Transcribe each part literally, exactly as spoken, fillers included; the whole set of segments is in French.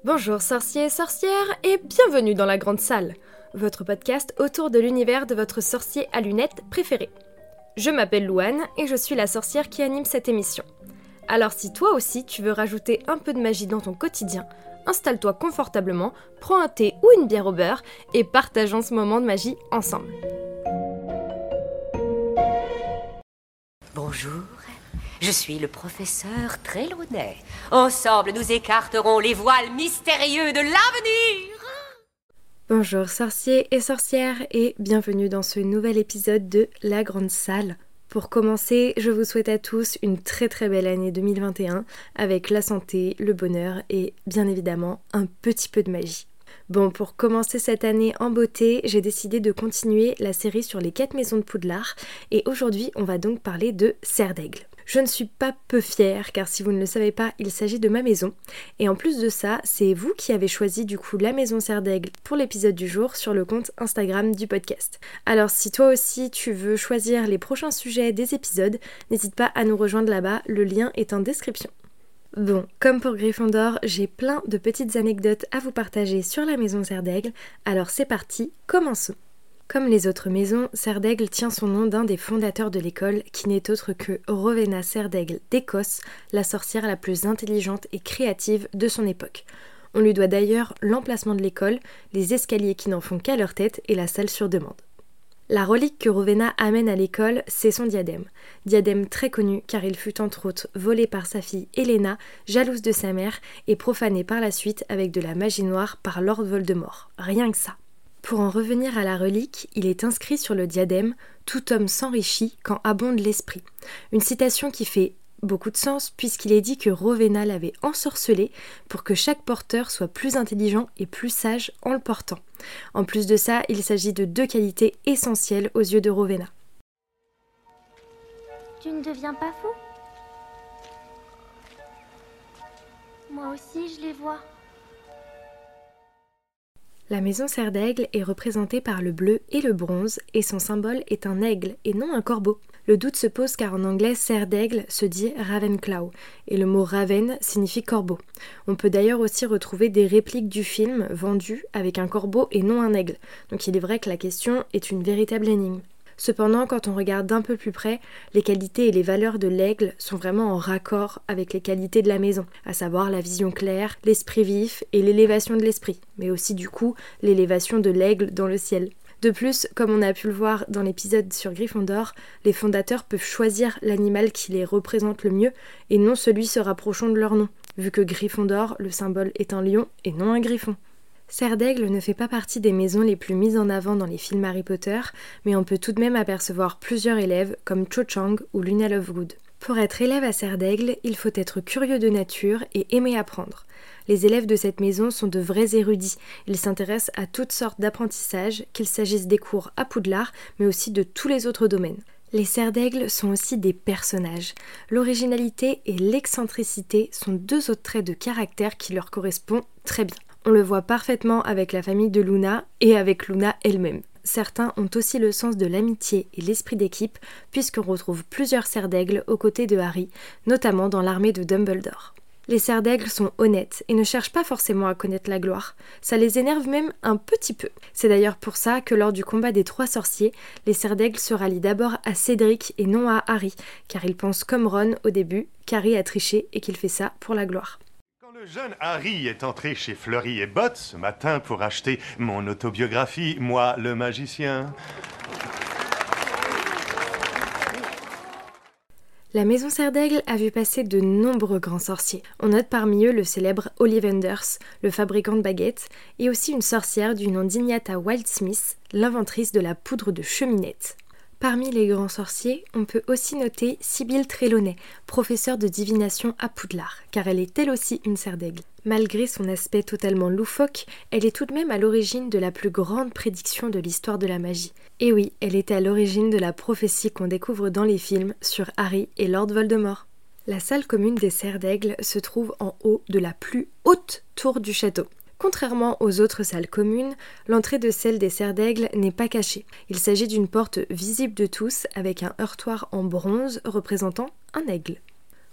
Bonjour sorciers et sorcières et bienvenue dans la grande salle, votre podcast autour de l'univers de votre sorcier à lunettes préféré. Je m'appelle Louane et je suis la sorcière qui anime cette émission. Alors si toi aussi tu veux rajouter un peu de magie dans ton quotidien, installe-toi confortablement, prends un thé ou une bière au beurre et partageons ce moment de magie ensemble. Bonjour, je suis le professeur Trelawney. Ensemble, nous écarterons les voiles mystérieux de l'avenir. Bonjour sorciers et sorcières et bienvenue dans ce nouvel épisode de La Grande Salle. Pour commencer, je vous souhaite à tous une très très belle année deux mille vingt et un avec la santé, le bonheur et bien évidemment un petit peu de magie. Bon, pour commencer cette année en beauté, j'ai décidé de continuer la série sur les quatre maisons de Poudlard et aujourd'hui on va donc parler de Serre d'Aigle. Je ne suis pas peu fière car si vous ne le savez pas, il s'agit de ma maison et en plus de ça, c'est vous qui avez choisi du coup la maison Serre d'Aigle pour l'épisode du jour sur le compte Instagram du podcast. Alors si toi aussi tu veux choisir les prochains sujets des épisodes, n'hésite pas à nous rejoindre là-bas, le lien est en description. Bon, comme pour Gryffondor, j'ai plein de petites anecdotes à vous partager sur la maison Serre d'Aigle, alors c'est parti, commençons. Comme les autres maisons, Serre d'Aigle tient son nom d'un des fondateurs de l'école qui n'est autre que Rowena Serre d'Aigle d'Écosse, la sorcière la plus intelligente et créative de son époque. On lui doit d'ailleurs l'emplacement de l'école, les escaliers qui n'en font qu'à leur tête et la salle sur demande. La relique que Rowena amène à l'école, c'est son diadème. Diadème très connu car il fut entre autres volé par sa fille Helena, jalouse de sa mère, et profané par la suite avec de la magie noire par Lord Voldemort. Rien que ça. Pour en revenir à la relique, il est inscrit sur le diadème « Tout homme s'enrichit quand abonde l'esprit ». Une citation qui fait beaucoup de sens puisqu'il est dit que Rowena l'avait ensorcelé pour que chaque porteur soit plus intelligent et plus sage en le portant. En plus de ça, il s'agit de deux qualités essentielles aux yeux de Rowena. Tu ne deviens pas fou? Moi aussi, je les vois. La maison Serre d'Aigle est représentée par le bleu et le bronze et son symbole est un aigle et non un corbeau. Le doute se pose car en anglais Serre d'Aigle se dit Ravenclaw et le mot Raven signifie corbeau. On peut d'ailleurs aussi retrouver des répliques du film vendues avec un corbeau et non un aigle, donc il est vrai que la question est une véritable énigme. Cependant, quand on regarde d'un peu plus près, les qualités et les valeurs de l'aigle sont vraiment en raccord avec les qualités de la maison, à savoir la vision claire, l'esprit vif et l'élévation de l'esprit, mais aussi du coup l'élévation de l'aigle dans le ciel. De plus, comme on a pu le voir dans l'épisode sur Gryffondor, les fondateurs peuvent choisir l'animal qui les représente le mieux et non celui se rapprochant de leur nom, vu que Gryffondor, le symbole est un lion et non un griffon. Serre d'Aigle ne fait pas partie des maisons les plus mises en avant dans les films Harry Potter, mais on peut tout de même apercevoir plusieurs élèves comme Cho Chang ou Luna Lovegood. Pour être élève à Serre d'Aigle, il faut être curieux de nature et aimer apprendre. Les élèves de cette maison sont de vrais érudits. Ils s'intéressent à toutes sortes d'apprentissages, qu'il s'agisse des cours à Poudlard, mais aussi de tous les autres domaines. Les Serre d'Aigle sont aussi des personnages. L'originalité et l'excentricité sont deux autres traits de caractère qui leur correspondent très bien. On le voit parfaitement avec la famille de Luna et avec Luna elle-même. Certains ont aussi le sens de l'amitié et l'esprit d'équipe, puisqu'on retrouve plusieurs Serre d'Aigle aux côtés de Harry, notamment dans l'armée de Dumbledore. Les Serre d'Aigle sont honnêtes et ne cherchent pas forcément à connaître la gloire. Ça les énerve même un petit peu. C'est d'ailleurs pour ça que lors du combat des trois sorciers, les Serre d'Aigle se rallient d'abord à Cédric et non à Harry, car ils pensent comme Ron au début qu'Harry a triché et qu'il fait ça pour la gloire. Le jeune Harry est entré chez Fleury et Bottes ce matin pour acheter mon autobiographie, Moi le magicien. La maison Serre d'Aigle a vu passer de nombreux grands sorciers. On note parmi eux le célèbre Ollivanders, le fabricant de baguettes, et aussi une sorcière du nom d'Ignatha Wildsmith, l'inventrice de la poudre de cheminette. Parmi les grands sorciers, on peut aussi noter Sybil Trelawney, professeure de divination à Poudlard, car elle est elle aussi une Serre d'Aigle. Malgré son aspect totalement loufoque, elle est tout de même à l'origine de la plus grande prédiction de l'histoire de la magie. Et oui, elle était à l'origine de la prophétie qu'on découvre dans les films sur Harry et Lord Voldemort. La salle commune des Serre d'Aigle se trouve en haut de la plus haute tour du château. Contrairement aux autres salles communes, l'entrée de celle des Serre d'Aigle n'est pas cachée. Il s'agit d'une porte visible de tous avec un heurtoir en bronze représentant un aigle.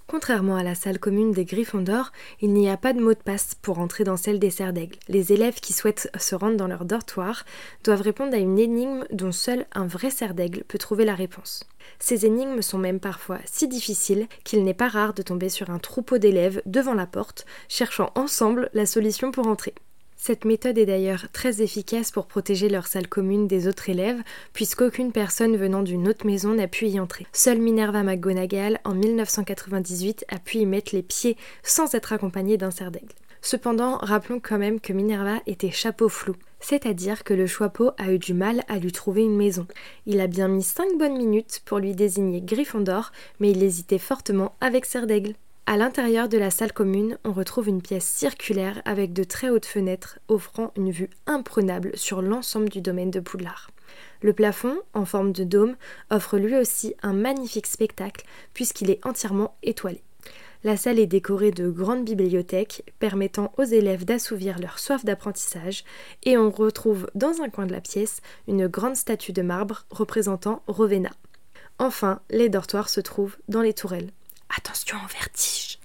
Contrairement à la salle commune des Gryffondors, il n'y a pas de mot de passe pour entrer dans celle des Serres d'Aigle. Les élèves qui souhaitent se rendre dans leur dortoir doivent répondre à une énigme dont seul un vrai Serre d'Aigle peut trouver la réponse. Ces énigmes sont même parfois si difficiles qu'il n'est pas rare de tomber sur un troupeau d'élèves devant la porte, cherchant ensemble la solution pour entrer. Cette méthode est d'ailleurs très efficace pour protéger leur salle commune des autres élèves, puisqu'aucune personne venant d'une autre maison n'a pu y entrer. Seule Minerva McGonagall, en mille neuf cent quatre-vingt-dix-huit, a pu y mettre les pieds sans être accompagnée d'un cerf d'aigle. Cependant, rappelons quand même que Minerva était chapeau flou, c'est-à-dire que le Choixpeau a eu du mal à lui trouver une maison. Il a bien mis cinq bonnes minutes pour lui désigner Gryffondor, mais il hésitait fortement avec cerf d'aigle. À l'intérieur de la salle commune, on retrouve une pièce circulaire avec de très hautes fenêtres offrant une vue imprenable sur l'ensemble du domaine de Poudlard. Le plafond, en forme de dôme, offre lui aussi un magnifique spectacle puisqu'il est entièrement étoilé. La salle est décorée de grandes bibliothèques permettant aux élèves d'assouvir leur soif d'apprentissage et on retrouve dans un coin de la pièce une grande statue de marbre représentant Rowena. Enfin, les dortoirs se trouvent dans les tourelles. Attention au vertige.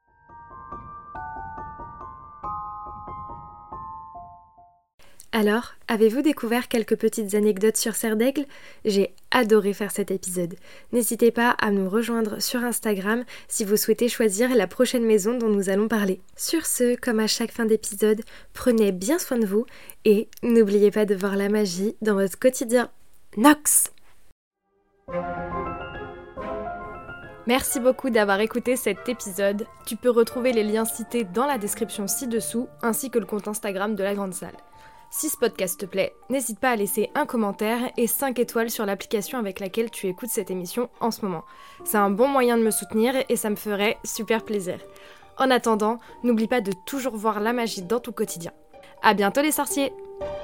Alors, avez-vous découvert quelques petites anecdotes sur Serre d'Aigle ? J'ai adoré faire cet épisode. N'hésitez pas à nous rejoindre sur Instagram si vous souhaitez choisir la prochaine maison dont nous allons parler. Sur ce, comme à chaque fin d'épisode, prenez bien soin de vous et n'oubliez pas de voir la magie dans votre quotidien. Nox ! Merci beaucoup d'avoir écouté cet épisode. Tu peux retrouver les liens cités dans la description ci-dessous, ainsi que le compte Instagram de la Grande Salle. Si ce podcast te plaît, n'hésite pas à laisser un commentaire et cinq étoiles sur l'application avec laquelle tu écoutes cette émission en ce moment. C'est un bon moyen de me soutenir et ça me ferait super plaisir. En attendant, n'oublie pas de toujours voir la magie dans ton quotidien. À bientôt les sorciers!